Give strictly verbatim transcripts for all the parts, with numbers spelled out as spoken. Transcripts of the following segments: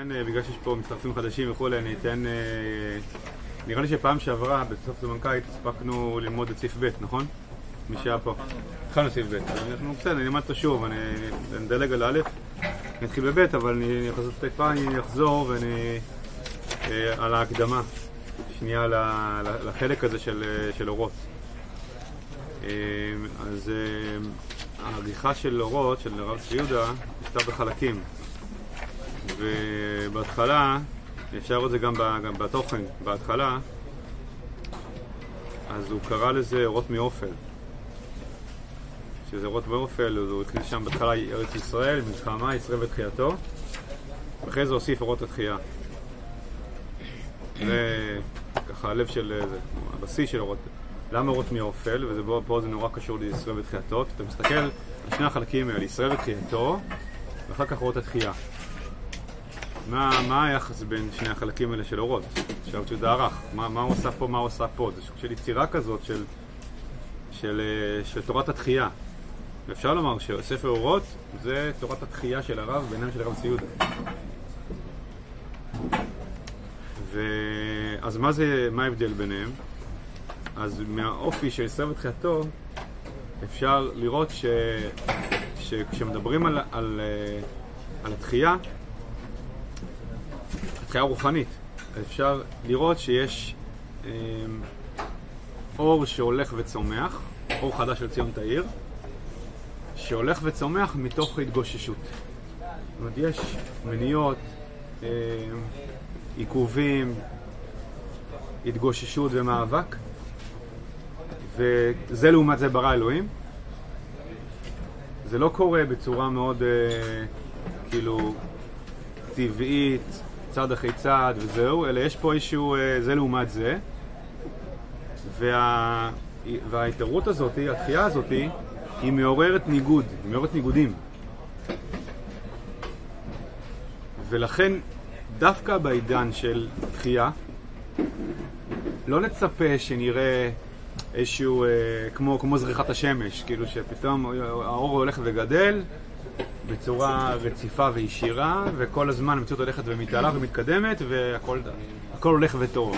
אתן, בגלל שיש פה מצטרפים חדשים וכולי, אני אתן... נראה לי שפעם שעברה, בסוף זמנקאית, הספקנו ללמוד את סעיף ב', נכון? מי שהיה פה. התחלנו סעיף ב'. אנחנו בסדר, אני אלמד אותו שוב, אני נדלג על א', אני אתחיל בב', אבל אני טיפה אני אחזור ואני... על ההקדמה, שנייה לחלק הזה של אורות. אז העריכה של אורות, של הרב צבי יהודה, נכתב בחלקים. ובהתחלה, אפשר לראות את זה גם, גם בתוכן, בהתחלה, אז הוא קרא לזה אורות מאופל. שזה אורות מאופל, הוא הכניס שם בהתחלה ארץ ישראל, מלחמה, ישראל ותחייתו, ואחרי זה הוסיף אורות התחייה. זה ככה הלב של זה, הבסיס של אורות. למה אורות מאופל? וזה בו, פה זה נורא קשור לישראל ותחייתו. אתה מסתכל על שני החלקים האלה, ישראל ותחייתו, ואחר כך אורות התחייה. מה, מה היחס בין שני החלקים האלה של אורות? שאלת שהוא דערך. מה, מה הוא עושה פה, מה הוא עושה פה? זה של יצירה כזאת של, של, של תורת התחייה. ואפשר לומר שספר אורות זה תורת התחייה של הרב בעיניים של הרב צבי יהודה. אז מה זה, מה ההבדל ביניהם? אז מהאופי של ישראל ותחייתו אפשר לראות ש, שכשמדברים על, על, על התחייה, התחייה רוחנית, אפשר לראות שיש אה, אור שהולך וצומח, אור חדש של ציון תאיר, שהולך וצומח מתוך התגוששות. זאת אומרת, יש מניעות, אה, עיכובים, התגוששות ומאבק, וזה לעומת זה ברא אלוהים. זה לא קורה בצורה מאוד אה, כאילו טבעית, צעד אחרי צעד וזהו, אלא יש פה איזשהו אה, זה לעומת זה, וה... וההתערות הזאת, התחייה הזאת, היא מעוררת ניגוד, היא מעוררת ניגודים. ולכן דווקא בעידן של תחייה, לא נצפה שנראה איזשהו, אה, כמו, כמו זריחת השמש, כאילו שפתאום האור הולך וגדל בצורה רציפה וישירה, וכל הזמן המציאות הולכת ומתעלה ומתקדמת, והכל הכל הולך וטוב.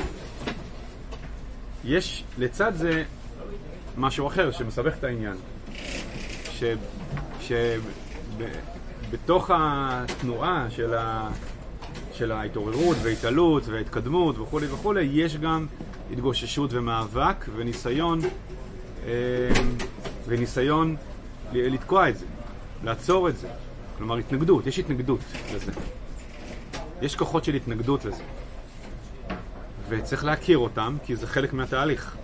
יש לצד זה משהו אחר שמסבך את העניין, ש, שבתוך התנועה של ה... של ההתעוררות וההתעלות וההתקדמות וכו' וכו', יש גם התגוששות ומאבק וניסיון וניסיון לתקוע את זה, לעצור את זה. כלומר, התנגדות, יש התנגדות לזה. יש כוחות של התנגדות לזה. וצריך להכיר אותם, כי זה חלק מהתהליך.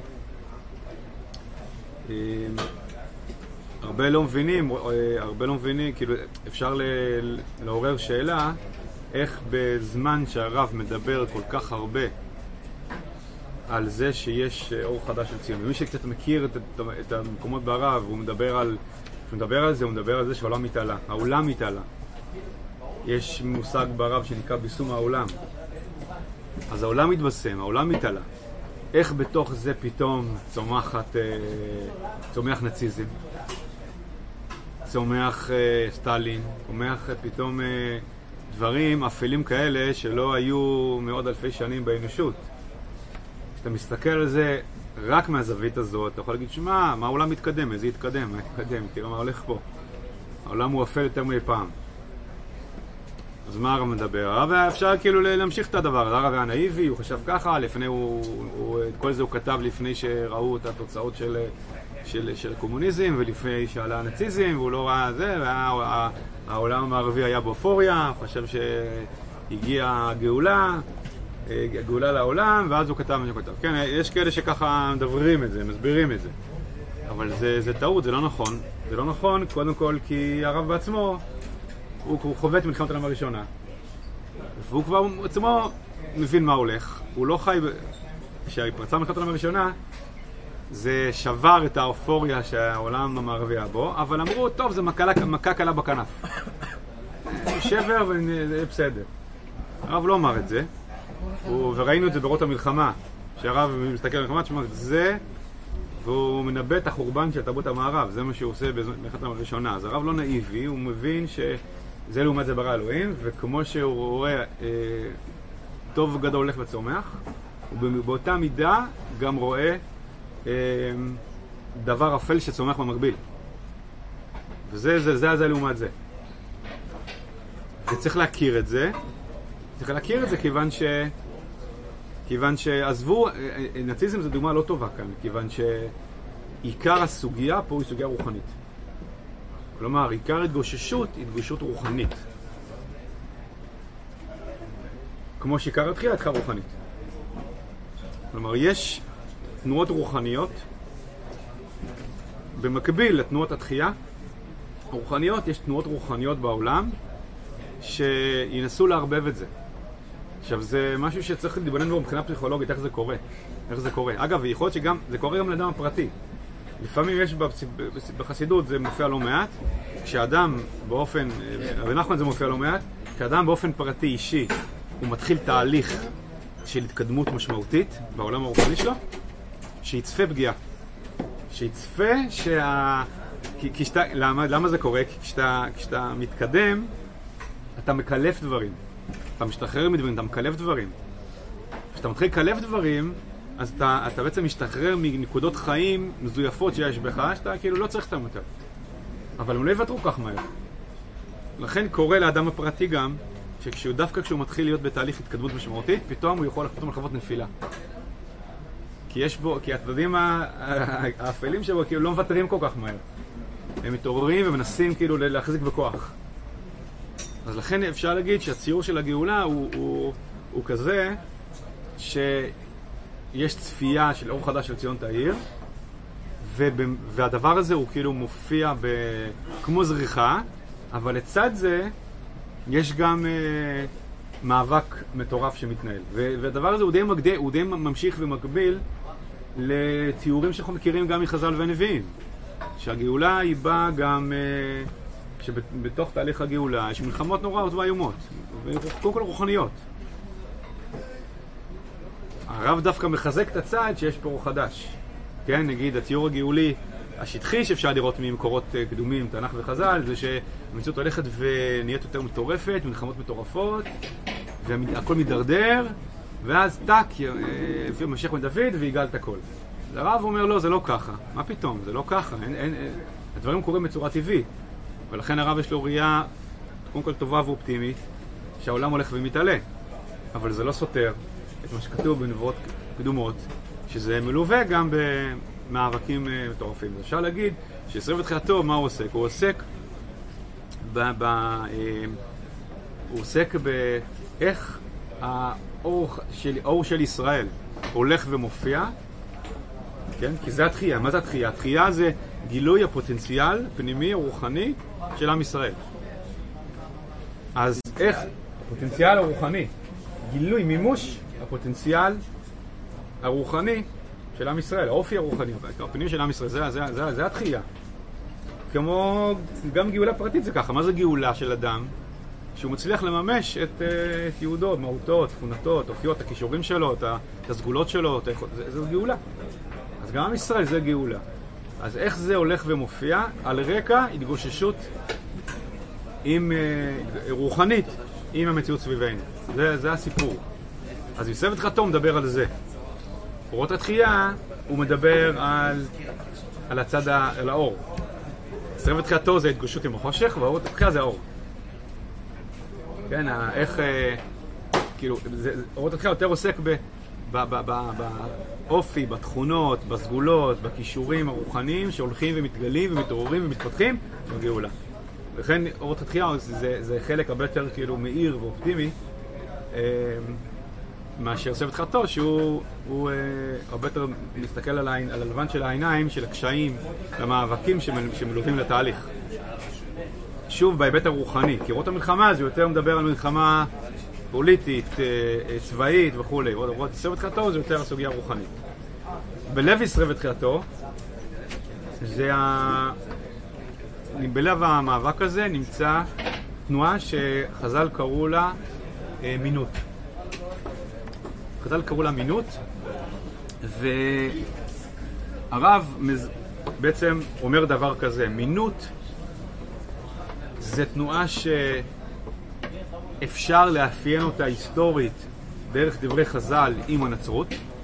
הרבה לא מבינים, הרבה לא מבינים, כאילו אפשר לעורר שאלה, איך בזמן שהרב מדבר כל כך הרבה על זה שיש אור חדש של ציון, ומי שקצת מכיר את, את המקומות ברב, הוא מדבר על, הוא מדבר על זה, הוא מדבר על זה שהעולם מתעלה, העולם מתעלה. יש מושג ברב שנקרא ביסום העולם. אז העולם מתבשם, העולם מתעלה. איך בתוך זה פתאום צומחת, צומח נאציזם, צומח סטלין, צומח פתאום דברים אפלים כאלה שלא היו מאות אלפי שנים באנושות. כשאתה מסתכל על זה רק מהזווית הזאת, אתה יכול להגיד, שמה, מה העולם מתקדם? איזה יתקדם? מה יתקדם? תראה מה הולך פה. העולם הוא אפל יותר מאי פעם. אז מה הרב מדבר? הרב אפשר כאילו להמשיך את הדבר. הרב היה נאיבי, הוא חשב ככה, לפני הוא, הוא, את כל זה הוא כתב לפני שראו את התוצאות של, של, של קומוניזם, ולפני שעלה הנאציזם, והוא לא ראה זה, וה, העולם המערבי היה באופוריה, הוא חשב שהגיעה הגאולה, הגאולה לעולם, ואז הוא כתב מה שהוא כתב. כן, יש כאלה שככה מדברים את זה, מסבירים את זה. אבל זה, זה טעות, זה לא נכון. זה לא נכון, קודם כל, כי הרב בעצמו, הוא, הוא חווה את מלחמת העולם הראשונה. והוא כבר עצמו מבין מה הולך. הוא לא חי... כשהפרצה מלחמת העולם הראשונה, זה שבר את האופוריה שהעולם המערבי היה בו, אבל אמרו, טוב, זה מכה, מכה קלה בכנף. שבר וזה בסדר. הרב לא אמר את זה, הוא, וראינו את זה ברות המלחמה, שהרב מסתכל על המלחמה, שומע, זה, והוא מנבא את החורבן של תרבות המערב, זה מה שהוא עושה במלחמת העולם הראשונה. אז הרב לא נאיבי, הוא מבין ש, זה לעומת זה ברא אלוהים, וכמו שהוא רואה אה, טוב וגדול הולך וצומח, הוא באותה מידה גם רואה אה, דבר אפל שצומח במקביל. וזה זה, זה, זה לעומת זה. וצריך להכיר את זה. צריך להכיר את זה כיוון ש... כיוון שעזבו, נאציזם זה דוגמה לא טובה כאן, כיוון שעיקר הסוגיה פה היא סוגיה רוחנית. כלומר, עיקר התגוששות היא התגוששות רוחנית. כמו שעיקר התחילה התחילה רוחנית. כלומר, יש תנועות רוחניות, במקביל לתנועות התחייה, הרוחניות, יש תנועות רוחניות בעולם, שינסו להרבב את זה. עכשיו, זה משהו שצריך להתבונן בו מבחינה פסיכולוגית, איך זה קורה. איך זה קורה. אגב, יכול להיות שגם, זה קורה גם לאדם הפרטי. לפעמים יש בחסידות, זה מופיע לא מעט, כשאדם באופן, רבי נחמן זה מופיע לא מעט, כשאדם באופן פרטי אישי, הוא מתחיל תהליך של התקדמות משמעותית בעולם הרוחני שלו, שיצפה פגיעה. שיצפה שה... כי, כי שאתה, למה, למה זה קורה? כי כשאתה, כשאתה מתקדם, אתה מקלף דברים. אתה משתחרר מדברים, אתה מקלף דברים. כשאתה מתחיל לקלף דברים, אז אתה, אתה בעצם משתחרר מנקודות חיים מזויפות שיש בך, שאתה כאילו לא צריך אותם יותר. אבל הם לא יוותרו כך מהר. לכן קורה לאדם הפרטי גם, שכשהוא, דווקא כשהוא מתחיל להיות בתהליך התקדמות משמעותית, פתאום הוא יכול פתאום לחוות נפילה. כי יש בו, כי אתם יודעים, האפלים שבו כאילו לא מוותרים כל כך מהר. הם מתעוררים ומנסים כאילו להחזיק בכוח. אז לכן אפשר להגיד שהציור של הגאולה הוא, הוא, הוא כזה שיש צפייה של אור חדש של ציון תאיר, והדבר הזה הוא כאילו מופיע ב, כמו זריחה, אבל לצד זה יש גם אה, מאבק מטורף שמתנהל. והדבר הזה הוא די, מגדי, הוא די ממשיך ומקביל לתיאורים שאנחנו מכירים גם מחז"ל ונביאים. שהגאולה היא באה גם... אה, שבתוך תהליך הגאולה יש מלחמות נוראות ואיומות, וקודם כל רוחניות. הרב דווקא מחזק את הצד שיש פה אור חדש. כן, נגיד, התיאור הגאולי השטחי שאפשר לראות ממקורות קדומים, תנ"ך וחז"ל, זה שהמציאות הולכת ונהיית יותר מטורפת, מלחמות מטורפות, והכל מדרדר, ואז טק, משך מדוד ויגאל את הכל. הרב אומר, לא, זה לא ככה. מה פתאום? זה לא ככה. אין, אין, הדברים קורים בצורה טבעית. ולכן הרב יש לו ראייה, קודם כל טובה ואופטימית, שהעולם הולך ומתעלה. אבל זה לא סותר את מה שכתוב בנבואות קדומות, שזה מלווה גם במאבקים מטורפים. אפשר להגיד שעשרים ותחילתו, מה הוא עוסק? הוא עוסק ב... ב הוא עוסק באיך האור של, האור של ישראל הולך ומופיע, כן? כי זה התחייה. מה זה התחייה? התחייה זה גילוי הפוטנציאל פנימי רוחני של עם ישראל. אז איך הפוטנציאל הרוחני, גילוי מימוש הפוטנציאל הרוחני של עם ישראל, האופי הרוחני, הפנימי של עם ישראל, זה, זה, זה, זה התחייה. כמו גם גאולה פרטית זה ככה. מה זה גאולה של אדם? שהוא מצליח לממש את, את יהודו, מהותו, תכונתו, אופיות, הכישורים שלו, את הסגולות שלו, זה, זה גאולה. אז גם עם ישראל זה גאולה. אז איך זה הולך ומופיע? על רקע התגוששות עם, אה, רוחנית עם המציאות סביבנו. זה, זה הסיפור. אז יוסף ותחתו מדבר על זה. אורות התחייה הוא מדבר על, על הצד, ה, על האור. יוסף ותחתו זה התגוששות עם החושך, ואורות התחייה זה האור. כן, איך, אה, כאילו, זה, אורות התחייה יותר עוסק ב... באופי, בתכונות, בסגולות, בכישורים הרוחניים שהולכים ומתגלים ומתעוררים ומתפתחים בגאולה. לכן אורות התחייה זה, זה חלק הרבה יותר כאילו מאיר ואופטימי מאשר יוסף ותחתו, שהוא הוא, הרבה יותר מסתכל על, העין, על הלבן של העיניים, של הקשיים, למאבקים שמלווים לתהליך. שוב, בהיבט הרוחני, כי אורות המלחמה זה יותר מדבר על מלחמה פוליטית, צבאית וכו'. עוד עשרה ותחילתו זה יותר הסוגיה הרוחנית. בלב עשרה ותחילתו, זה ה... בלב המאבק הזה נמצא תנועה שחז"ל קראו לה אה, מינות. חז"ל קראו לה מינות, והרב מז... בעצם אומר דבר כזה, מינות זה תנועה שאפשר לאפיין אותה היסטורית דרך דברי חז"ל עם הנצרות,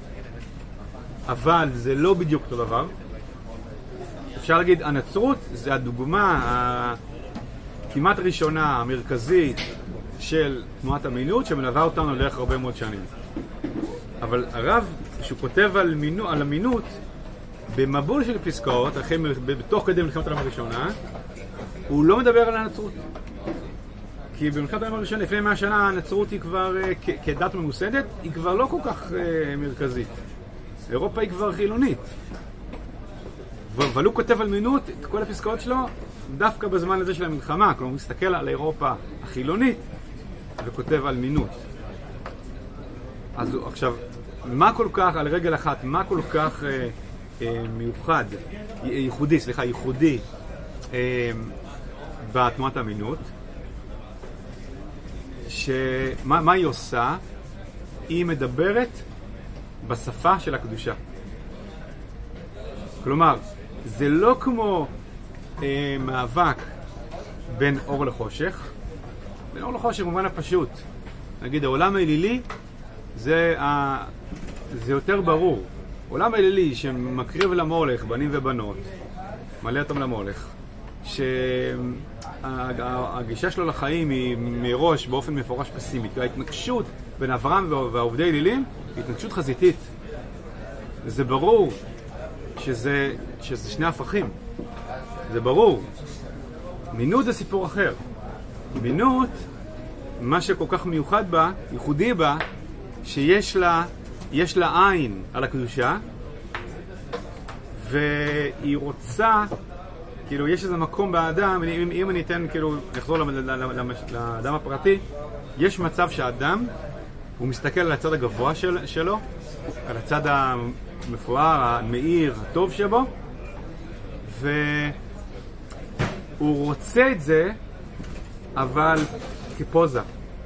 אבל זה לא בדיוק אותו דבר. אפשר להגיד, הנצרות זה הדוגמה הכמעט ראשונה, המרכזית של תנועת המינות, שמלווה אותנו לאורך הרבה מאוד שנים. אבל הרב, שהוא כותב על, מינו, על המינות, במבול של פסקאות, אחרי, בתוך כדי מלחמת העולם הראשונה, הוא לא מדבר על הנצרות. כי במלחמת העולם הראשונה, לפני מאה שנה, הנצרות היא כבר, כ- כדת ממוסדת, היא כבר לא כל כך uh, מרכזית. אירופה היא כבר חילונית. אבל הוא כותב על מינות, את כל הפסקאות שלו, דווקא בזמן הזה של המלחמה. כלומר, הוא מסתכל על אירופה החילונית, וכותב על מינות. אז עכשיו, מה כל כך, על רגל אחת, מה כל כך אה, אה, מיוחד, ייחודי, סליחה, ייחודי אה, בתנועת המינות, שמה מה היא עושה? היא מדברת בשפה של הקדושה. כלומר, זה לא כמו אה, מאבק בין אור לחושך. בין אור לחושך במובן הפשוט. נגיד, העולם האלילי זה, ה... זה יותר ברור. עולם האלילי שמקריב למולך, בנים ובנות, מלא אותם למולך, שהגישה שלו לחיים היא מראש באופן מפורש פסימית. ההתנגשות בין אברהם והעובדי אלילים היא התנגשות חזיתית. זה ברור שזה, שזה שני הפכים. זה ברור. מינות זה סיפור אחר. מינות, מה שכל כך מיוחד בה, ייחודי בה, שיש לה, יש לה עין על הקדושה, והיא רוצה, כאילו, יש איזה מקום באדם, אם, אם אני אתן, כאילו, נחזור לאדם הפרטי, יש מצב שהאדם, הוא מסתכל על הצד הגבוה של, שלו, על הצד המפואר, המאיר, הטוב שבו, והוא רוצה את זה, אבל כפוזה.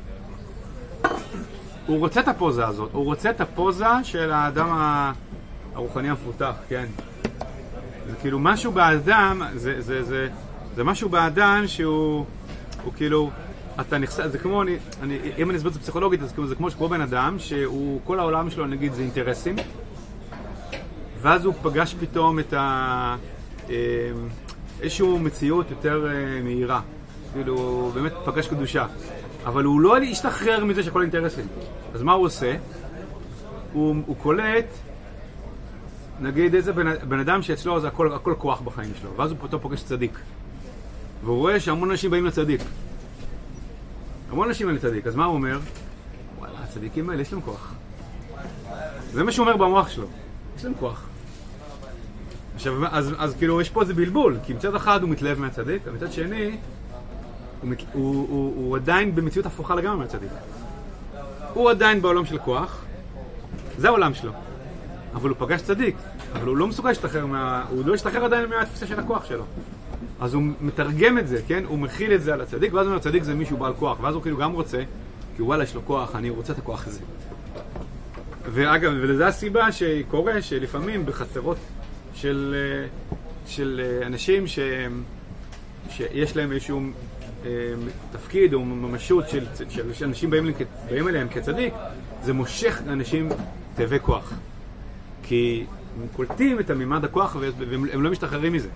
הוא רוצה את הפוזה הזאת, הוא רוצה את הפוזה של האדם הרוחני המפותח, כן. זה כאילו משהו באדם, זה, זה, זה, זה משהו באדם שהוא, הוא כאילו, אתה נחשף, זה כמו, אני, אני, אם אני אסביר את זה פסיכולוגית, אז כאילו זה כמו שכמו בן אדם, שהוא, כל העולם שלו, נגיד, זה אינטרסים, ואז הוא פגש פתאום את ה... איזשהו מציאות יותר מהירה. כאילו, הוא באמת פגש קדושה. אבל הוא לא ישתחרר מזה שכל אינטרסים. אז מה הוא עושה? הוא, הוא קולט, נגיד איזה בן, בן אדם שאצלו זה הכל, הכל כוח בחיים שלו. ואז הוא פתאום פוגש צדיק. והוא רואה שהמון אנשים באים לצדיק. המון אנשים באים לצדיק. אז מה הוא אומר? וואלה, הצדיקים האלה יש להם כוח. זה מה שהוא אומר במוח שלו. יש להם כוח. עכשיו, אז, אז כאילו יש פה איזה בלבול. כי מצד אחד הוא מתלהב מהצדיק, ומצד שני... הוא, הוא, הוא, הוא עדיין במציאות הפוכה לגמרי מהצדיק. הוא עדיין בעולם של כוח, זה העולם שלו. אבל הוא פגש צדיק, אבל הוא לא מסוגל להשתחרר מה... הוא לא ישתחרר עדיין מהתפיסה של הכוח שלו. אז הוא מתרגם את זה, כן? הוא מכיל את זה על הצדיק, ואז הוא אומר, צדיק זה מישהו בעל כוח, ואז הוא כאילו גם רוצה, כי וואלה, יש לו כוח, אני רוצה את הכוח הזה. ואגב, ולזה הסיבה שקורה שלפעמים בחצרות של, של אנשים ש, שיש להם איזשהו תפקיד או ממשות של, של, של אנשים באים, באים אליהם כצדיק, זה מושך אנשים תאבי כוח. כי הם קולטים את המימד הכוח והם הם לא משתחררים מזה.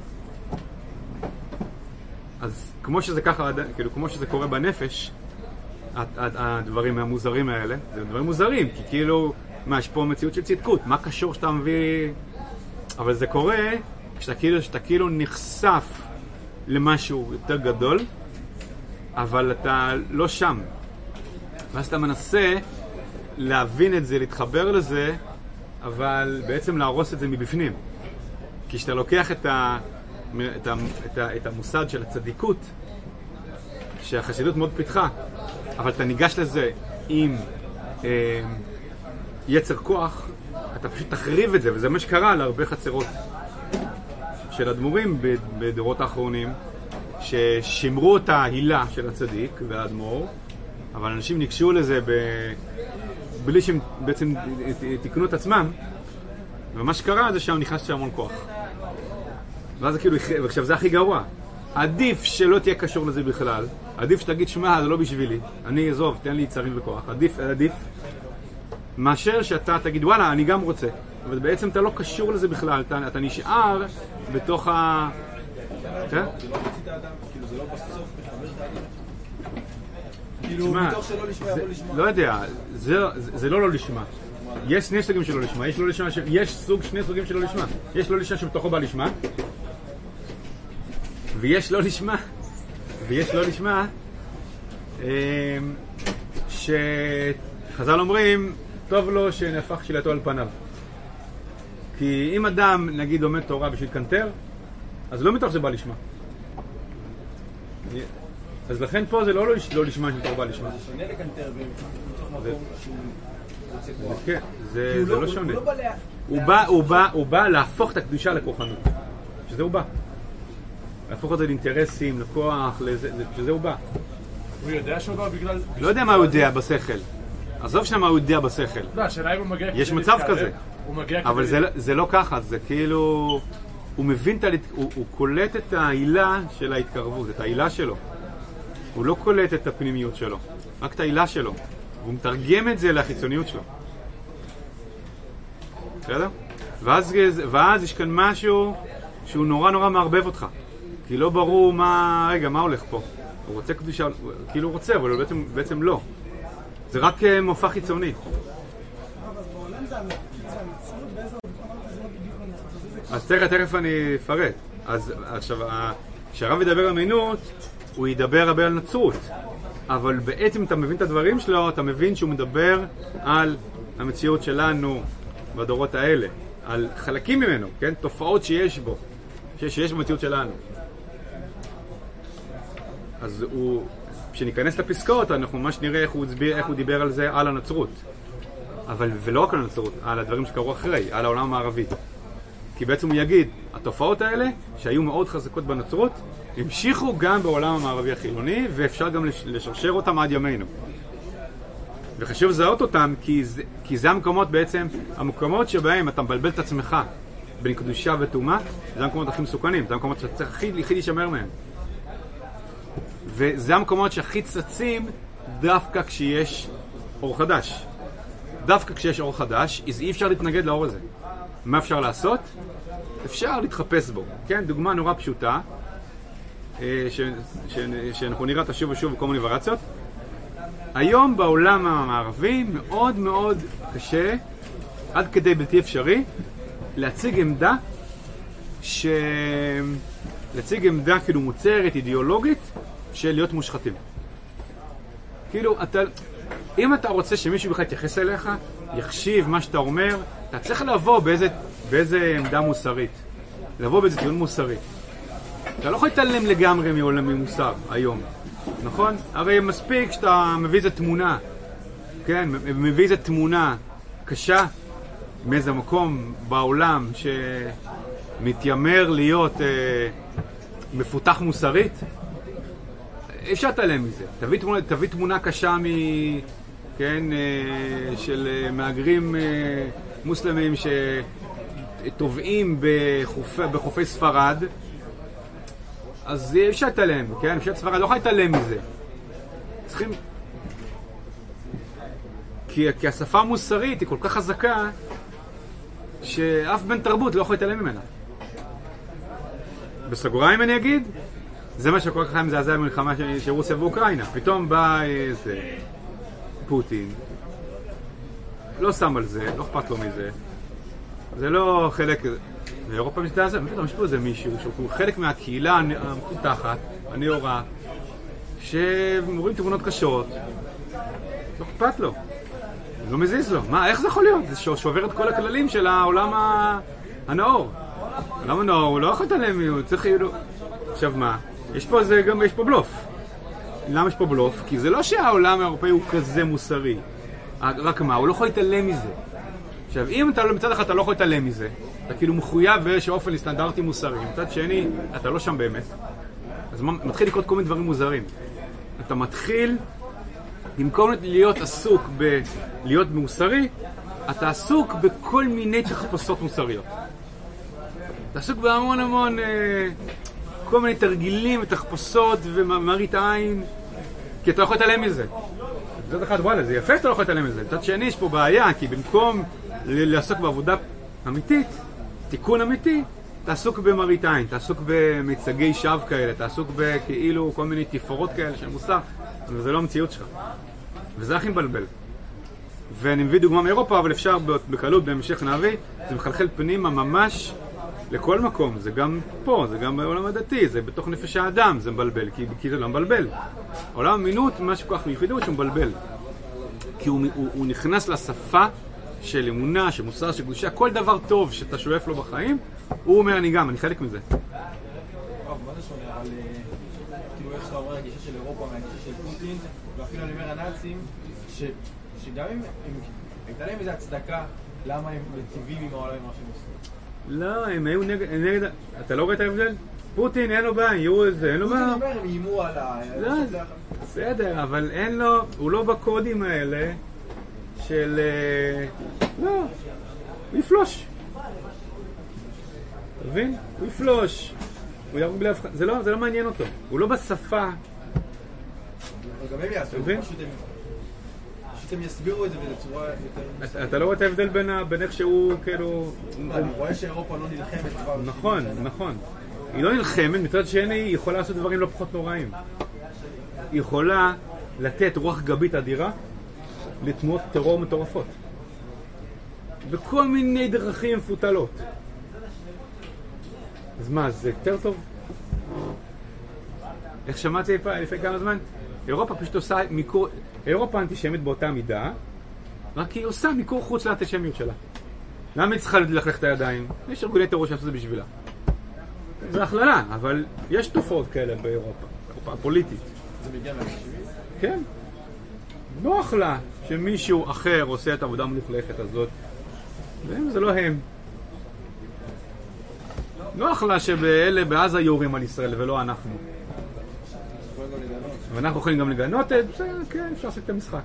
אז כמו שזה ככה, כאילו, כמו שזה קורה בנפש, הדברים המוזרים האלה, זה דברים מוזרים, כי כאילו, מה, יש פה מציאות של צדקות, מה קשור שאתה מביא... אבל זה קורה כשאתה כאילו, שאתה כאילו נחשף למשהו יותר גדול, אבל אתה לא שם. ואז אתה מנסה להבין את זה, להתחבר לזה, אבל בעצם להרוס את זה מבפנים. כי כשאתה לוקח את, ה, את, ה, את, ה, את המוסד של הצדיקות, שהחסידות מאוד פיתחה, אבל אתה ניגש לזה עם אה, יצר כוח, אתה פשוט תחריב את זה, וזה מה שקרה להרבה חצרות של אדמו"רים בדורות האחרונים, ששימרו את ההילה של הצדיק והאדמו"ר, אבל אנשים ניגשו לזה ב... בלי שהם בעצם תיקנו את עצמם, ומה שקרה זה שם נכנס שם המון כוח. ואז זה כאילו, ועכשיו זה הכי גרוע. עדיף שלא תהיה קשור לזה בכלל. עדיף שתגיד, שמע, זה לא בשבילי. אני אעזוב, תן לי יצרים וכוח. עדיף, עדיף. מאשר שאתה תגיד, וואלה, אני גם רוצה. אבל בעצם אתה לא קשור לזה בכלל. אתה, אתה נשאר בתוך ה... כן? זה לא רצית האדם, כאילו זה לא בסוף מחבר את האדם. כאילו מתוך שלא לשמה יבוא לשמה. לא יודע, זה לא לא לשמה. יש שני סוגים שלא לשמה. יש לא לשמה, יש סוג שני סוגים שלא לשמה. יש לא לשמה שבתוכו בא לשמה. ויש לא לשמה. ויש לא לשמה. שחז"ל אומרים, טוב לו שנהפך שילתו על פניו. כי אם אדם, נגיד, לומד תורה בשביל קנטר, אז לא מתוך זה בא לשמה. אז לכן פה זה לא לא לשמה של תורה בא לשמה. זה שונה לקנטר מתוך מקום שהוא רוצה כוח. כן, זה לא שונה. הוא בא להפוך את הקדושה לכוחנות. שזה הוא בא. להפוך את זה לאינטרסים, לכוח, שזה הוא בא. הוא יודע שהוא בא בגלל... לא יודע מה הוא יודע בשכל. עזוב שם מה הוא יודע בשכל. לא, השאלה אם הוא מגיע... יש מצב כזה. אבל זה לא ככה, זה כאילו... הוא מבין, הוא קולט את העילה של ההתקרבות, את העילה שלו. הוא לא קולט את הפנימיות שלו, רק את העילה שלו. הוא מתרגם את זה לחיצוניות שלו. בסדר? ואז, ואז יש כאן משהו שהוא נורא נורא מערבב אותך. כי לא ברור מה... רגע, מה הולך פה? הוא רוצה קדושה... כאילו הוא רוצה, אבל בעצם, בעצם לא. זה רק מופע חיצוני. אז תכף, תכף אני אפרט. אז עכשיו, כשהרב ידבר על אמינות, הוא ידבר הרבה על נצרות. אבל בעצם אתה מבין את הדברים שלו, אתה מבין שהוא מדבר על המציאות שלנו בדורות האלה. על חלקים ממנו, כן? תופעות שיש בו. שיש במציאות שלנו. אז הוא... כשניכנס לפסקאות, אנחנו ממש נראה איך הוא, הצביר, איך הוא דיבר על זה, על הנצרות. אבל, ולא רק על הנצרות, על הדברים שקרו אחרי, על העולם המערבי. כי בעצם הוא יגיד, התופעות האלה, שהיו מאוד חזקות בנצרות, המשיכו גם בעולם המערבי החילוני, ואפשר גם לשרשר אותם עד ימינו. וחשוב לזהות אותם, כי זה, כי זה המקומות בעצם, המקומות שבהם אתה מבלבל את עצמך בין קדושה וטומאה, זה המקומות הכי מסוכנים, זה המקומות שאתה צריך הכי, הכי להישמר מהם. וזה המקומות שהכי צצים דווקא כשיש אור חדש. דווקא כשיש אור חדש, אז אי אפשר להתנגד לאור הזה. מה אפשר לעשות? אפשר להתחפש בו. כן, דוגמה נורא פשוטה, ש, ש, שאנחנו נראה את השוב ושוב בכל מיני וריאציות. היום בעולם המערבי מאוד מאוד קשה, עד כדי בלתי אפשרי, להציג עמדה, ש... להציג עמדה כאילו מוצרת, אידיאולוגית, של להיות מושחתים. כאילו, אתה, אם אתה רוצה שמישהו בכלל יתייחס אליך, יחשיב מה שאתה אומר, אתה צריך לבוא באיזה, באיזה עמדה מוסרית. לבוא באיזה טיעון מוסרי. אתה לא יכול להתעלם לגמרי מעולמי מוסר היום, נכון? הרי מספיק שאתה מביא איזה תמונה, כן? מביא איזה תמונה קשה מאיזה מקום בעולם שמתיימר להיות אה, מפותח מוסרית, אי אפשר להתעלם מזה. תביא תמונה, תביא תמונה קשה מ... כן, אה, של אה, מהגרים אה, מוסלמים שטובעים בחופ... בחופי ספרד, אז אי אפשר להתעלם, כן? אפשר ספרד לא יכול להתעלם מזה. צריכים... כי, כי השפה המוסרית היא כל כך חזקה, שאף בן תרבות לא יכול להתעלם ממנה. בסגוריים אני אגיד, זה מה שכל כך חיים מזעזע במלחמה של רוסיה ואוקראינה. פתאום בא איזה פוטין, לא שם על זה, לא אכפת לו מזה. זה לא חלק... באירופה מזדעזע, פתאום יש פה איזה מישהו שהוא חלק מהקהילה המפותחת, הנאורה, שמורים תמונות קשות, לא אכפת לו. לא מזיז לו. מה, איך זה יכול להיות? זה שובר את כל הכללים של העולם הנאור. העולם הנאור, הוא לא יכול להתעלם, הוא צריך... עכשיו מה? יש פה זה גם, יש פה בלוף. למה יש פה בלוף? כי זה לא שהעולם האירופאי הוא כזה מוסרי. רק מה, הוא לא יכול להתעלם מזה. עכשיו, אם אתה מצד אחד אתה לא יכול להתעלם מזה, אתה כאילו מחויב באיזשהו אופן לסטנדרטים מוסריים. מצד שני, אתה לא שם באמת. אז מתחיל לקרות כל מיני דברים מוזרים. אתה מתחיל... במקום להיות עסוק בלהיות מוסרי, אתה עסוק בכל מיני תחפושות מוסריות. אתה עסוק בהמון המון, אה, כל מיני תרגילים ותחפושות ומראית עין, כי אתה לא יכול להתעלם מזה. זאת אחת, וואלה, זה יפה שאתה לא יכול להתעלם מזה. מצד שני, יש פה בעיה, כי במקום לעסוק בעבודה אמיתית, תיקון אמיתי, תעסוק במראית עין, תעסוק במצגי שווא כאלה, תעסוק בכאילו כל מיני תפאורות כאלה של מוסר, אבל זה לא המציאות שלך. וזה הכי מבלבל. ואני מביא דוגמה מאירופה, אבל אפשר בקלות, בהמשך נביא, זה מחלחל פנימה ממש לכל מקום. זה גם פה, זה גם בעולם הדתי, זה בתוך נפש האדם, זה מבלבל, כי, כי זה לא מבלבל. עולם המינות, מה שכל כך מיוחדות שהוא מבלבל. כי הוא, הוא, הוא נכנס לשפה של אמונה, של מוסר, של קדושה, כל דבר טוב שאתה שואף לו בחיים, הוא אומר, אני גם, אני חלק מזה. מה זה שונה על, כאילו איך שאתה אומר, הגישה של אירופה מהגישה של פוטין, ואפילו אני אומר הנאצים, שגם אם הייתה להם איזו הצדקה, למה הם מטיבים עם העולם עם מה שהם עושים? לא, הם היו נגד... אתה לא רואה את ההבדל? פוטין אין לו בעיה, יהיו איזה, אין לו בעיה. פוטין אומר, הם איימו על ה... לא, בסדר, אבל אין לו, הוא לא בקודים האלה של... לא, הוא יפלוש. אתה מבין? הוא יפלוש. הוא ירוג בלי הבחנה. זה לא, זה לא מעניין אותו. הוא לא בשפה. גם הם יעשו, פשוט הם... פשוט הם יסבירו את זה בצורה יותר... אתה לא רואה את ההבדל בין איך שהוא כאילו... אני רואה שאירופה לא נלחמת כבר... נכון, נכון. היא לא נלחמת, מצד שני היא יכולה לעשות דברים לא פחות נוראים. היא יכולה לתת רוח גבית אדירה לתנועות טרור מטורפות. בכל מיני דרכים מפותלות. אז מה, זה יותר טוב? איך שמעתי לפני כמה זמן? אירופה פשוט עושה מיקור... אירופה אנטישמית באותה מידה, רק היא עושה מיקור חוץ לאנטישמיות שלה. למה היא צריכה ללכלך את הידיים? יש ארגוני טרור שעשו את זה בשבילה. זה הכללה, אבל יש תופעות כאלה באירופה, אירופה הפוליטית. זה מגיע מהאנטישמיות? כן. נוח לה שמישהו אחר עושה את העבודה המלוכלכת הזאת, וזה לא הם. נוח לה שבאלה בעזה יורים על ישראל ולא אנחנו. ואנחנו יכולים גם לגנות את זה, כן, אפשר לעשות את המשחק.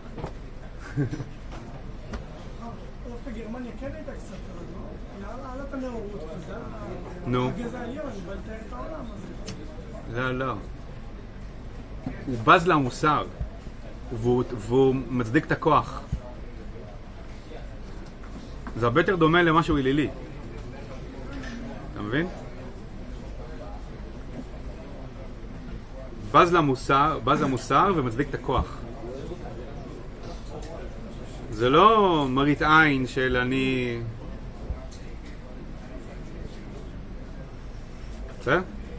גרמניה כן הייתה קצת כזאת, לא? עלת הנאורות כזה, נו. הגזע העליון, בלתאר את העולם הזה. לא, לא. הוא בז למוסר, והוא, והוא מצדיק את הכוח. זה הרבה יותר דומה למשהו אלילי. אתה מבין? בז למוסר, בז למוסר ומצדיק את הכוח. זה לא מראית עין של אני... בסדר?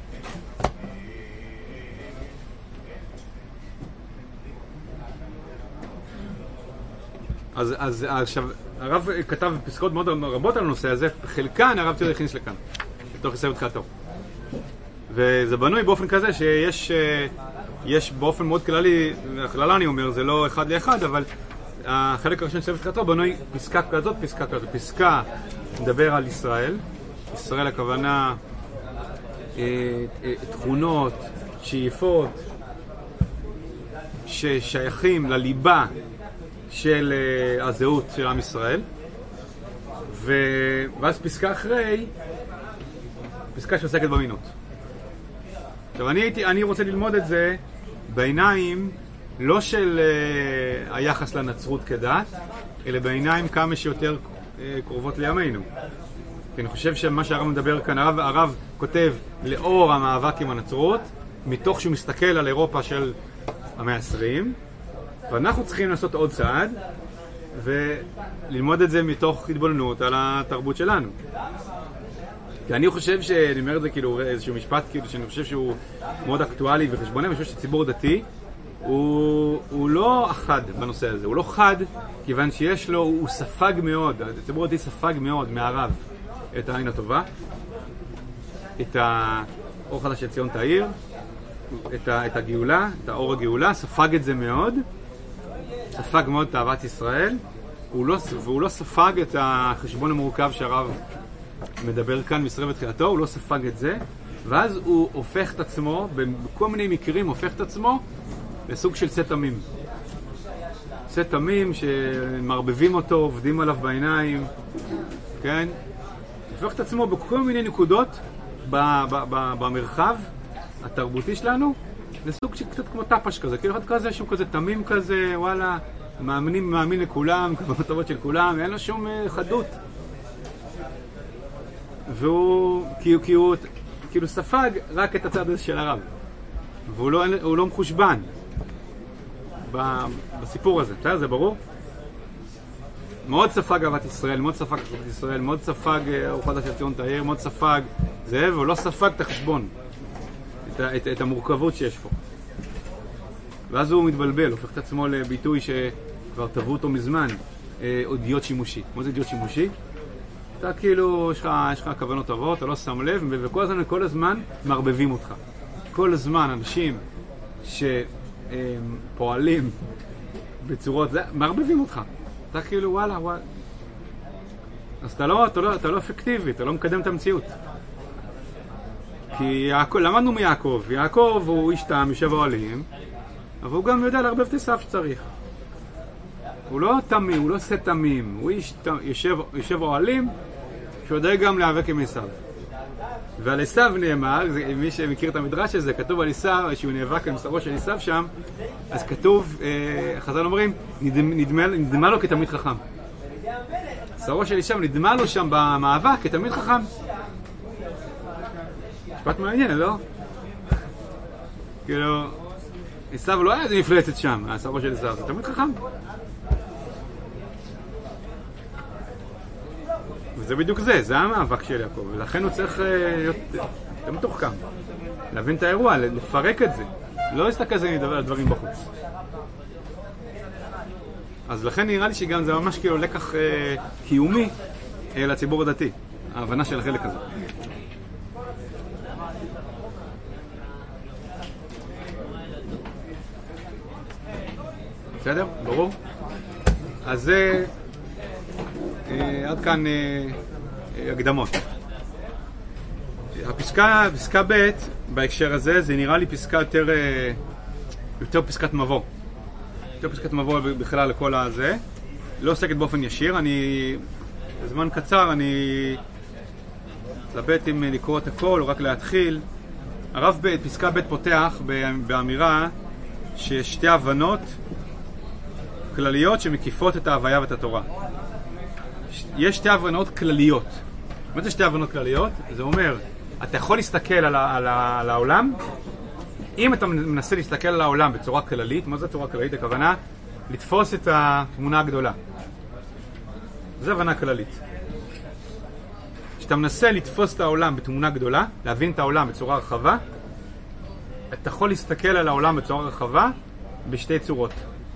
אז, אז עכשיו, הרב כתב פסקאות מאוד רבות על הנושא הזה, חלקן הרב ציור הכניס לכאן, בתוך יסוד תחילתו. וזה בנוי באופן כזה שיש יש באופן מאוד כללי, הכללה אני אומר, זה לא אחד לאחד, אבל החלק הראשון של תחילתו בנוי פסקה כזאת, פסקה כזאת. פסקה מדבר על ישראל, ישראל הכוונה אה, אה, תכונות, שאיפות, ששייכים לליבה של uh, הזהות של עם ישראל, ו... ואז פסקה אחרי, פסקה שעוסקת במינות. עכשיו אני, הייתי, אני רוצה ללמוד את זה בעיניים לא של uh, היחס לנצרות כדת, אלא בעיניים כמה שיותר uh, קרובות לימינו. כי אני חושב שמה שהרב מדבר כאן, הרב, הרב כותב לאור המאבק עם הנצרות, מתוך שהוא מסתכל על אירופה של המאה העשרים, ואנחנו צריכים לעשות עוד צעד וללמוד את זה מתוך התבוננות על התרבות שלנו. כי אני חושב שאני אומר את זה כאילו איזשהו משפט כאילו שאני חושב שהוא מאוד אקטואלי וחשבוני, אני חושב שציבור דתי הוא, הוא לא אחד בנושא הזה, הוא לא חד כיוון שיש לו, הוא ספג מאוד, הציבור דתי ספג מאוד מהרב את העין הטובה, את האור חדש של ציון תאיר, את, ה, את הגאולה, את האור הגאולה, ספג את זה מאוד, ספג מאוד את אהבת ישראל, הוא לא, והוא לא ספג את החשבון המורכב שהרב מדבר כאן מסרב בתחילתו, הוא לא ספג את זה, ואז הוא הופך את עצמו, בכל מיני מקרים הופך את עצמו לסוג של צאת תמים. צאת תמים שמרבבים אותו, עובדים עליו בעיניים, כן? הופך את עצמו בכל מיני נקודות ב, ב, ב, במרחב, התרבותי שלנו, זה סוג שקצת כמו טפש כזה, כאילו אחד כזה שהוא כזה תמים כזה, וואלה, מאמינים, מאמין לכולם, כוונות טובות של כולם, אין לו שום חדות. והוא, כי, כי הוא, כאילו ספג רק את הצד הזה של הרב. והוא לא, הוא לא מחושבן בסיפור הזה, בסדר? זה ברור? מאוד ספג אהבת ישראל, מאוד ספג אהבת ישראל, מאוד ספג ארוחת של ציון תאיר, מאוד ספג זה, והוא לא ספג את החשבון, את, את, את המורכבות שיש פה. ואז הוא מתבלבל, הופך את עצמו לביטוי שכבר טבעו אותו מזמן, אידיוט שימושי. מה זה אידיוט שימושי? אתה כאילו, יש לך, יש לך כוונות טובות, אתה לא שם לב, וכל הזמן, כל הזמן מערבבים אותך. כל הזמן אנשים שפועלים בצורות, מערבבים אותך. אתה כאילו, וואלה, וואלה. אז אתה לא, אתה לא, אתה לא אפקטיבי, אתה לא מקדם את המציאות. כי יעקב, למדנו מיעקב, יעקב הוא איש תם, יושב אוהלים, אבל הוא גם יודע להרבב את עשיו שצריך. הוא לא תמים, הוא לא עושה תמים, הוא איש, יושב, יושב אוהלים, שיודע גם להיאבק עם עשיו. ועל עשיו נאמר, מי שמכיר את המדרש הזה, כתוב על עשיו, שהוא נאבק על בשרו של עשיו שם, אז כתוב, אה, חז"ל אומרים, נדמה, נדמה לו כתלמיד חכם. בשרו של עשיו נדמה לו שם במאבק כתלמיד חכם. משפט מעניין, לא? כאילו, עשיו לא היה איזה מפלצת שם, השרו של עשיו, זה תלמיד חכם. וזה בדיוק זה, זה המאבק של יעקב, ולכן הוא צריך להיות מתוחכם, להבין את האירוע, לפרק את זה, לא להסתכל על לדבר על דברים בחוץ. אז לכן נראה לי שגם זה ממש כאילו לקח אה, קיומי אה, לציבור הדתי, ההבנה של החלק הזה. בסדר? ברור? אז זה... עד כאן הקדמות. הפסקה, פסקה ב' בהקשר הזה, זה נראה לי פסקה יותר, יותר פסקת מבוא. יותר פסקת מבוא בכלל לכל הזה. לא עוסקת באופן ישיר, אני, בזמן קצר אני מתלבט אם לקרוא את הכל או רק להתחיל. הרב בפסקה ב' פותח באמירה שיש שתי הבנות כלליות שמקיפות את ההוויה ואת התורה. יש שתי הבנות כלליות. מה זה שתי הבנות כלליות? זה אומר, אתה יכול להסתכל על, ה- על, ה- על העולם, אם אתה מנסה להסתכל על העולם בצורה כללית, מה זה צורה כללית? הכוונה, לתפוס את התמונה הגדולה. זו הבנה כללית. כשאתה מנסה לתפוס את העולם בתמונה גדולה, להבין את העולם בצורה רחבה, אתה יכול להסתכל על העולם בצורה רחבה בשתי צורות.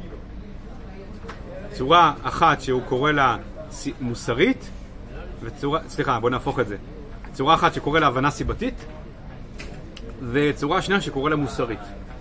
צורה אחת שהוא קורא לה מוסרית, וצורה, סליחה, בוא נהפוך את זה. צורה אחת שקורא לה הבנה סיבתית, וצורה שנייה שקורא לה מוסרית.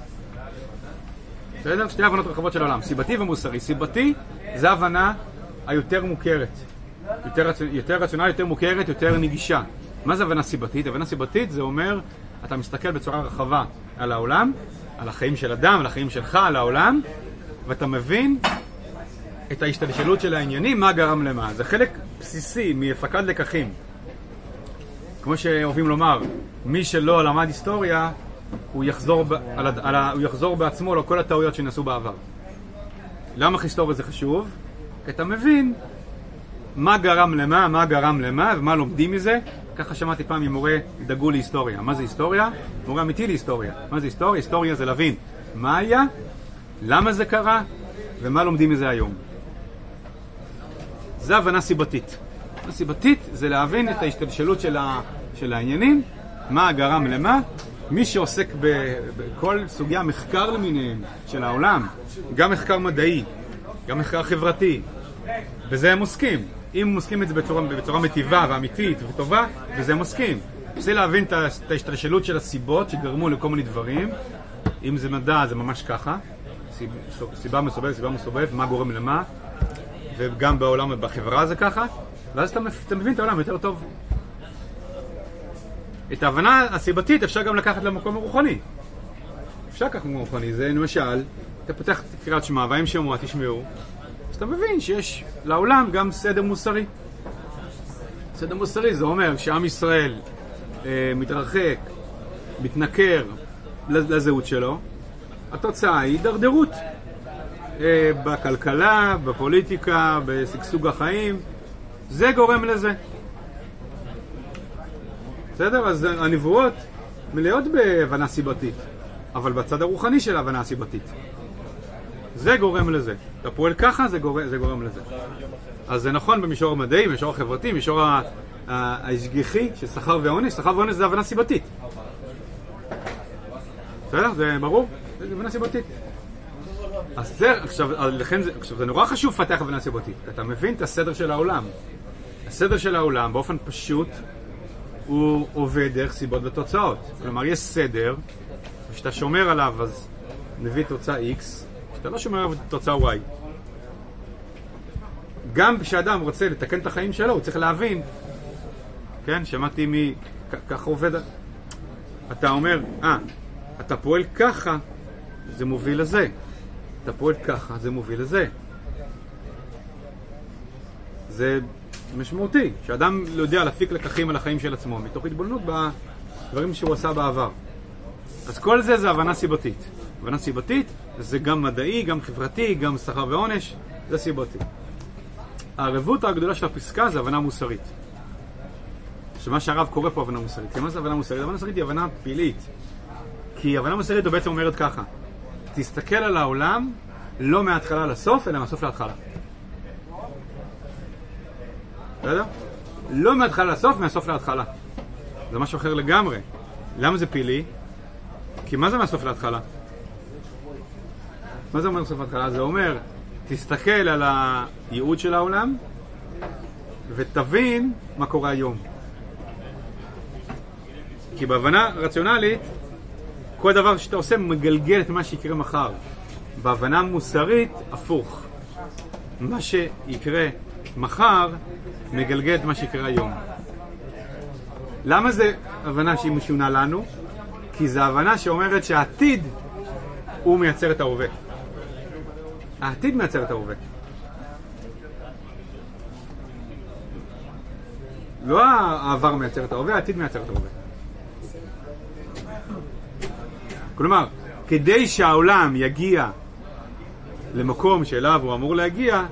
בסדר? שתי הבנות רחבות של העולם, סיבתי ומוסרי. סיבתי זה הבנה היותר מוכרת. יותר, יותר רציונלית, יותר מוכרת, יותר נגישה. מה זה הבנה סיבתית? הבנה סיבתית זה אומר, אתה מסתכל בצורה רחבה על העולם, על החיים של אדם, על החיים שלך, על העולם, ואתה מבין את ההשתלשלות של העניינים, מה גרם למה. זה חלק בסיסי מהפקת לקחים. כמו שאוהבים לומר, מי שלא למד היסטוריה, הוא יחזור, ב, על, על, הוא יחזור בעצמו לכל הטעויות שנעשו בעבר. למה היסטוריה זה חשוב? כי אתה מבין מה גרם למה, מה גרם למה, ומה לומדים מזה. ככה שמעתי פעם ממורה דגול להיסטוריה. מה זה היסטוריה? מורה אמיתי להיסטוריה. מה זה היסטוריה? היסטוריה זה להבין מה היה, למה זה קרה, ומה לומדים מזה היום. זה הבנה סיבתית. הסיבתית זה להבין את ההשתלשלות של, ה, של העניינים, מה גרם למה. מי שעוסק ב, בכל סוגי המחקר למיניהם של העולם, גם מחקר מדעי, גם מחקר חברתי, בזה הם עוסקים. אם הם עוסקים את זה בצורה, בצורה מטיבה ואמיתית וטובה, בזה הם עוסקים. זה להבין את ההשתלשלות של הסיבות שגרמו לכל מיני דברים. אם זה מדע, זה ממש ככה. סיבה מסובבת, סיבה מסובבת, מה גורם למה. וגם בעולם ובחברה זה ככה. ואז אתה, אתה מבין את העולם יותר טוב. את ההבנה הסיבתית אפשר גם לקחת למקום הרוחני. אפשר לקחת למקום הרוחני. זה למשל, אתה פותח את קריאת שמע, והם שמוע, תשמעו. אז אתה מבין שיש לעולם גם סדר מוסרי. סדר מוסרי זה אומר שעם ישראל אה, מתרחק, מתנכר, לזהות שלו, התוצאה היא דרדרות. בכלכלה, בפוליטיקה, בסגסוג החיים, זה גורם לזה. בסדר? אז הנבואות מלאות בהבנה סיבתית, אבל בצד הרוחני של ההבנה הסיבתית. זה גורם לזה. אתה פועל ככה, זה גורם, זה גורם לזה. אז זה נכון במישור המדעי, במישור החברתי, במישור ההשגיחי של שכר ועונש. שכר ועונש זה הבנה סיבתית. בסדר? זה ברור? זה הבנה סיבתית. אז זה, עכשיו, לכן זה, עכשיו, זה נורא חשוב לפתח הבנה סיבתית. אתה מבין את הסדר של העולם. הסדר של העולם, באופן פשוט, הוא עובד דרך סיבות ותוצאות. כלומר, יש סדר, ושאתה שומר עליו, אז מביא תוצאה X, שאתה לא שומר עליו תוצאה Y. גם כשאדם רוצה לתקן את החיים שלו, הוא צריך להבין, כן, שמעתי מי, ככה עובד, אתה אומר, אה, אתה פועל ככה, זה מוביל לזה. אתה פועל ככה, זה מוביל לזה. זה משמעותי, שאדם לא יודע להפיק לקחים על החיים של עצמו, מתוך התבוננות בדברים שהוא עשה בעבר. אז כל זה זה הבנה סיבתית. הבנה סיבתית זה גם מדעי, גם חברתי, גם שכר ועונש, זה סיבתי. הערבות הגדולה של הפסקה זה הבנה מוסרית. שמה שהרב קורא פה הבנה מוסרית. כי מה זה הבנה מוסרית? הבנה מוסרית היא הבנה פלילית. כי הבנה מוסרית הוא בעצם אומרת ככה, תסתכל על העולם לא מההתחלה לסוף, אלא מהסוף להתחלה. בסדר? לא מההתחלה לסוף, מהסוף להתחלה. זה משהו אחר לגמרי. למה זה פילי? כי מה זה מהסוף להתחלה? מה זה אומר מהסוף להתחלה? זה אומר, תסתכל על הייעוד של העולם ותבין מה קורה היום. כי בהבנה רציונלית, כל דבר שאתה עושה מגלגל את מה שיקרה מחר. בהבנה מוסרית, הפוך. מה שיקרה מחר, מגלגל את מה שיקרה היום. למה זה הבנה שהיא משונה לנו? כי זו הבנה שאומרת שהעתיד הוא מייצר את ההווה. העתיד מייצר את ההווה. לא העבר מייצר את ההווה, העתיד מייצר את ההווה. כלומר, כדי שהעולם יגיע למקום שאליו הוא אמור להגיע,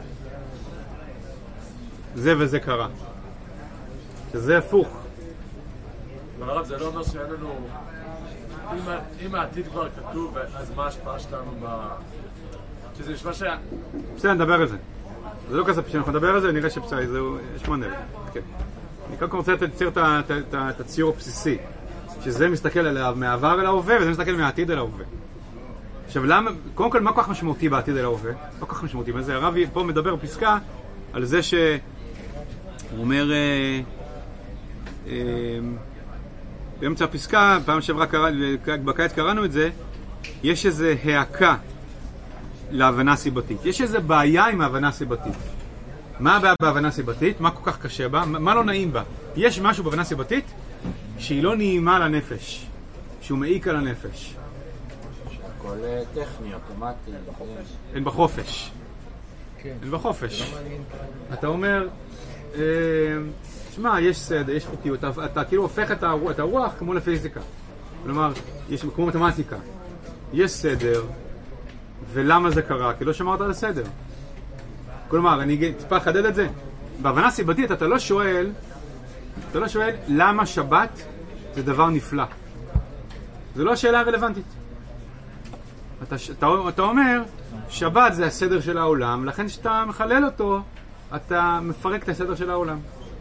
זה וזה קרה. שזה הפוך. אבל הרב, זה לא אומר שאין לנו... אם העתיד כבר כתוב, אז מה ההשפעה שלנו ב... שזה נשמע ש... בסדר, נדבר על זה. זה לא כזה פשוט, אנחנו נדבר על זה, נראה שבסדר, יש מה נראה. כן. אני קודם כל רוצה לצייר את הציור הבסיסי. שזה מסתכל עליו מהעבר אל ההווה, וזה מסתכל מהעתיד אל ההווה. עכשיו, למה, קודם כל, מה כל כך משמעותי בעתיד אל ההווה? מה כל כך משמעותי? מה זה? הרב פה מדבר בפסקה על זה ש... הוא אומר, אה, אה, באמצע הפסקה, פעם שעברה קרא, בקיץ קראנו את זה, יש איזו העקה להבנה סיבתית. יש איזו בעיה עם ההבנה סיבתית. מה הבעיה בהבנה סיבתית? מה כל כך קשה בה? מה לא נעים בה? יש משהו בהבנה סיבתית שהיא לא נעימה לנפש, שהוא מעיק על הנפש. הכל טכני, אוטומטי. אין בחופש. אין בחופש. אתה אומר, שמע, יש סדר, יש חוקיות, אתה, אתה כאילו הופך את הרוח, את הרוח כמו לפיזיקה. כלומר, יש כמו מתמטיקה. יש סדר, ולמה זה קרה? כי לא שמרת על הסדר. כלומר, אני טיפה חדד את זה. בהבנה סיבתית אתה לא שואל, אתה לא שואל למה שבת זה דבר נפלא. זה לא השאלה הרלוונטית. אתה, אתה, אתה אומר, שבת זה הסדר של העולם, לכן שאתה מחלל אותו, אתה מפרק את הסדר של העולם.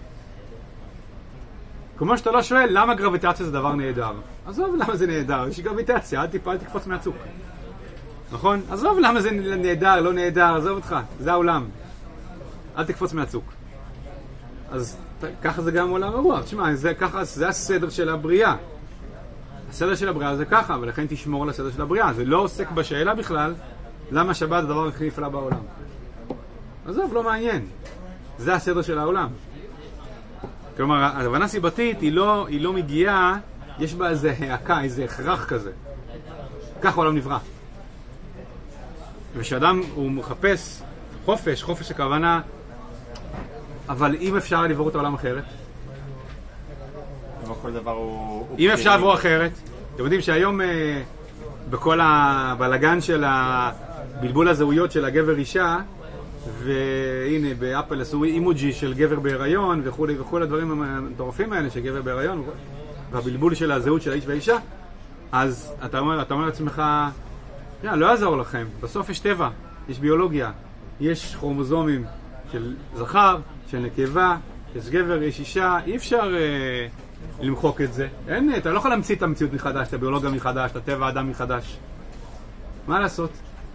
כמו שאתה לא שואל למה גרביטציה זה דבר נהדר. עזוב למה זה נהדר, יש גרביטציה, אל תיפה, אל תקפוץ מהצוק. נכון? עזוב למה זה נהדר, לא נהדר, עזוב אותך, זה העולם. אל תקפוץ מהצוק. אז ככה זה גם עולם הרוח. תשמע, זה ככה, זה הסדר של הבריאה. הסדר של הבריאה זה ככה, ולכן תשמור על הסדר של הבריאה. זה לא עוסק בשאלה בכלל, למה שבת זה הדבר הכי נפלא בעולם. עזוב, לא מעניין. זה הסדר של העולם. כלומר, ההבנה סיבתית היא לא, היא לא מגיעה, יש בה איזה העקה, איזה הכרח כזה. כך העולם נברא. ושאדם הוא מחפש חופש, חופש הכוונה, אבל אם אפשר לברוא את העולם אחרת, לא כל דבר הוא... אם אפשר לברוא אחרת, אתם יודעים שהיום בכל הבלגן של הבלבול הזהויות של הגבר אישה, והנה באפל עשו אימוג'י של גבר בהיריון וכו' וכל הדברים המטורפים האלה של גבר בהיריון והבלבול של הזהות של האיש והאישה, אז אתה אומר, אתה אומר לעצמך, לא יעזור לכם, בסוף יש טבע, יש ביולוגיה, יש כרומוזומים של זכר, של נקבה, יש גבר, יש אישה, אי אפשר אה, למחוק את זה. אין, אתה לא יכול להמציא את המציאות מחדש, את הביולוגיה מחדש, את הטבע האדם מחדש. מה לעשות?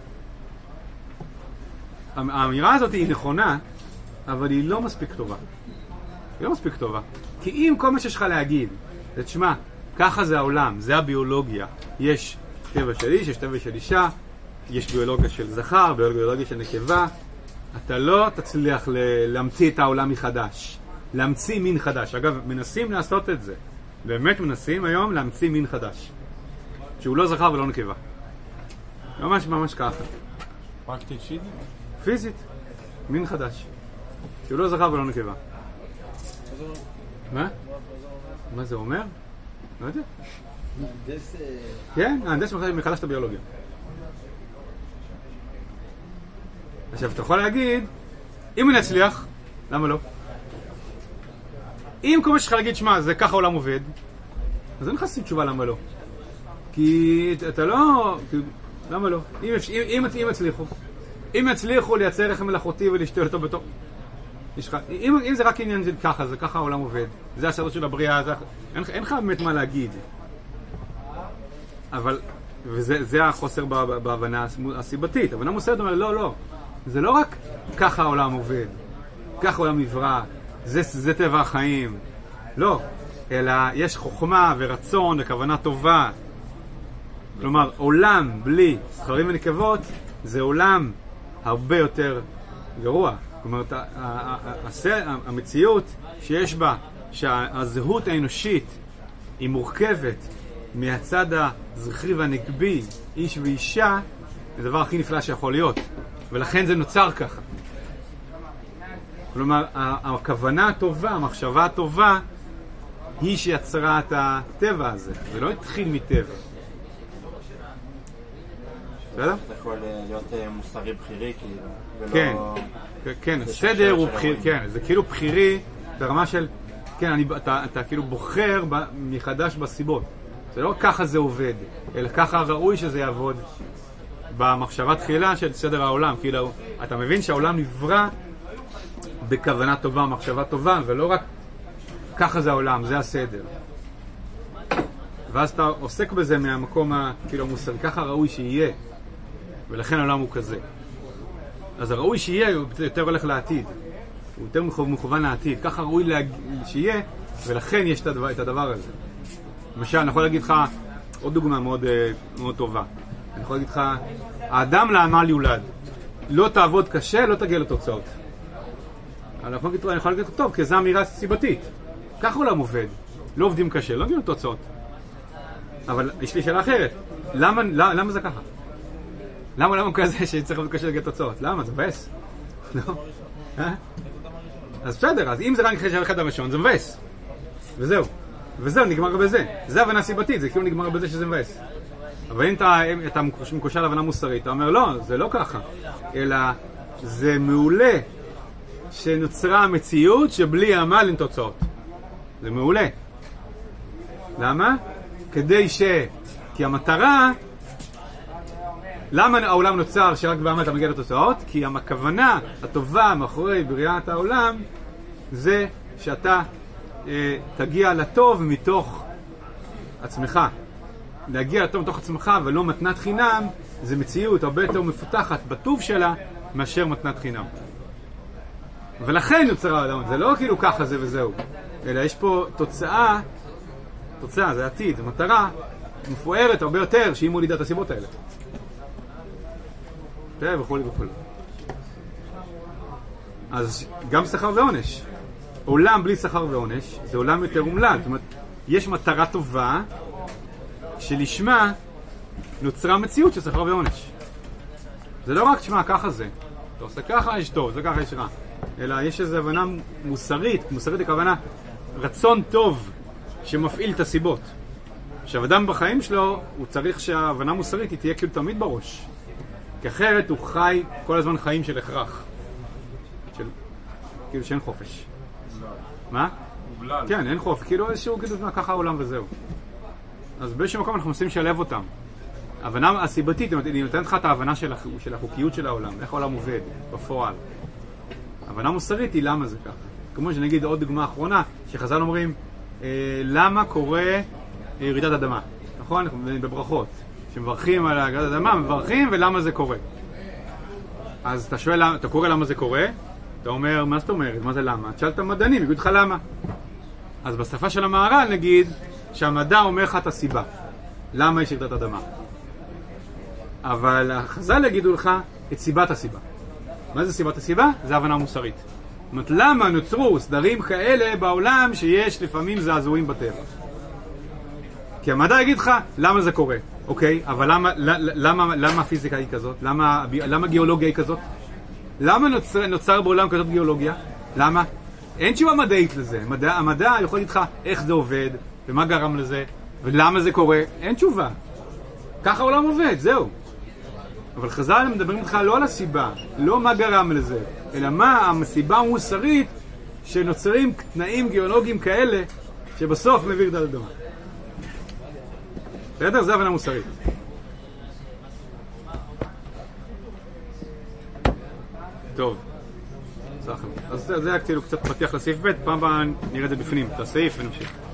האמירה הזאת היא נכונה, אבל היא לא מספיק טובה. היא לא מספיק טובה. כי אם כל מה שיש לך להגיד, זה תשמע, ככה זה העולם, זה הביולוגיה. יש טבע של איש, יש טבע של אישה, יש ביולוגיה של זכר, ביולוגיה של נקבה. אתה לא תצליח להמציא את העולם מחדש. להמציא מין חדש. אגב, מנסים לעשות את זה. באמת מנסים היום להמציא מין חדש. שהוא לא זכר ולא נקבה. ממש ממש ככה. פרקטית פיזית? פיזית. מין חדש. שהוא לא זכר ולא נקבה. מה? מה זה אומר? לא יודע. מהנדס... כן, מהנדס מחדש את הביולוגיה. עכשיו, אתה יכול להגיד, אם אני אצליח, למה לא? אם כל מה שלך להגיד, שמה, זה ככה העולם עובד, אז אין לך סיב תשובה למה לא. כי אתה לא... למה לא? אם, אם, אם הצליחו, אם הצליחו לייצר רחם מלאכותי ולשתול אותו בתור... לך, אם, אם זה רק עניין של ככה, זה ככה העולם עובד, זה הסרט של הבריאה, זה... אין, אין לך באמת מה להגיד. אבל... וזה זה החוסר בהבנה הסיבתית. הבנה מוסרת אומרת, לא, לא. זה לא רק ככה העולם עובד, ככה העולם נברא, זה, זה טבע החיים. לא, אלא יש חוכמה ורצון וכוונה טובה. כלומר, עולם בלי זכרים ונקבות זה עולם הרבה יותר גרוע. כלומר, המציאות שיש בה, שהזהות האנושית היא מורכבת מהצד הזכרי והנקבי, איש ואישה, זה הדבר הכי נפלא שיכול להיות. ולכן זה נוצר ככה. כלומר, הכוונה הטובה, המחשבה הטובה, היא שיצרה את הטבע הזה. זה לא התחיל מטבע. בסדר? זה יכול להיות מוסרי בחירי, כאילו. כן, כן, הסדר הוא בחירי, כן, זה כאילו בחירי ברמה של, כן, אני, אתה, אתה כאילו בוחר מחדש בסיבות. זה לא ככה זה עובד, אלא ככה ראוי שזה יעבוד. במחשבה תחילה של סדר העולם, כאילו, אתה מבין שהעולם נברא בכוונה טובה, מחשבה טובה, ולא רק ככה זה העולם, זה הסדר. ואז אתה עוסק בזה מהמקום כאילו המוסרי, ככה ראוי שיהיה, ולכן העולם הוא כזה. אז הראוי שיהיה, הוא יותר הולך לעתיד, הוא יותר מכוון לעתיד, ככה ראוי לה... שיהיה, ולכן יש את הדבר הזה. למשל, אני יכול להגיד לך עוד דוגמה מאוד, מאוד טובה. אני יכול להגיד לך, האדם לעמל יולד. לא תעבוד קשה, לא תגיע לתוצאות. אני יכול להגיד, אני יכול להגיד טוב, כי זו אמירה סיבתית. ככה עולם עובד. לא עובדים קשה, לא מגיעים לתוצאות. אבל יש לי שאלה אחרת. למה, למה, למה זה ככה? למה למה כזה שצריך לעבוד קשה להגיע לתוצאות? למה? זה מבאס. לא? אה? אז בסדר, אז אם זה רק אחרי של אחד הראשון, זה מבאס. וזהו. וזהו, נגמר בזה. זה הבנה סיבתית, זה כאילו נגמר בזה שזה מבאס. אבל אם אתה, אתה מקושר להבנה מוסרית, אתה אומר, לא, זה לא ככה. אלא זה מעולה שנוצרה המציאות שבלי עמל אין תוצאות. זה מעולה. למה? כדי ש... כי המטרה... למה העולם נוצר שרק בעמל אתה מגיע לתוצאות? כי הכוונה הטובה מאחורי בריאת העולם זה שאתה אה, תגיע לטוב מתוך עצמך. להגיע לטוב מתוך עצמך ולא מתנת חינם, זה מציאות הרבה יותר מפותחת בטוב שלה מאשר מתנת חינם. ולכן נוצר העולם. זה לא כאילו ככה זה וזהו. אלא יש פה תוצאה, תוצאה, זה עתיד, זה מטרה מפוארת הרבה יותר שהיא מולידה את הסיבות האלה. וכולי וכולי. אז גם שכר ועונש. עולם בלי שכר ועונש זה עולם יותר אומלל. זאת אומרת, יש מטרה טובה שלשמה נוצרה מציאות של שכר ועונש. זה לא רק שמה, ככה זה. אתה עושה ככה, יש טוב, זה ככה יש רע. אלא יש איזו הבנה מוסרית, מוסרית הכוונה רצון טוב שמפעיל את הסיבות. עכשיו, אדם בחיים שלו, הוא צריך שההבנה מוסרית היא תהיה כאילו תמיד בראש. כי אחרת הוא חי כל הזמן חיים של הכרח. של... כאילו שאין חופש. מה? מוגלל. כן, אין חופש. כאילו איזשהו כאילו ככה העולם וזהו. אז באיזשהו מקום אנחנו מנסים לשלב אותם. ההבנה הסיבתית, היא נותנת לך את ההבנה של, הח... של החוקיות של העולם, איך העולם עובד, בפועל. ההבנה מוסרית היא למה זה ככה. כמו שנגיד עוד דוגמה אחרונה, שחז"ל אומרים, אה, למה קורה ירידת אדמה? נכון? בברכות. שמברכים על ירידת אדמה, מברכים ולמה זה קורה. אז אתה שואל, אתה קורא למה זה קורה, אתה אומר, מה זאת אומרת? מה זה למה? תשאל את המדענים, יגידו לך למה. אז בשפה של המהר"ל נגיד, שהמדע אומר לך את הסיבה. למה יש ירידת אדמה? אבל החז"ל יגידו לך את סיבת הסיבה. מה זה סיבת הסיבה? זה הבנה מוסרית. זאת אומרת, למה נוצרו סדרים כאלה בעולם שיש לפעמים זעזועים בטבע? כי המדע יגיד לך למה זה קורה, אוקיי? אבל למה, למה, למה הפיזיקה היא כזאת? למה, למה גיאולוגיה היא כזאת? למה נוצר, נוצר בעולם כזאת גיאולוגיה? למה? אין תשובה מדעית לזה. המדע, המדע יכול להגיד לך איך זה עובד, ומה גרם לזה, ולמה זה קורה. אין תשובה. ככה העולם עובד, זהו. אבל חז"ל מדברים איתך לא על הסיבה, לא מה גרם לזה, אלא מה הסיבה המוסרית שנוצרים תנאים גיאולוגיים כאלה שבסוף מביא את האדמה. בסדר? זה הבנה מוסרית. טוב. אז זה היה כאילו קצת פתיח לסעיף ב', פעם הבאה נראה את זה בפנים, את הסעיף ונמשיך.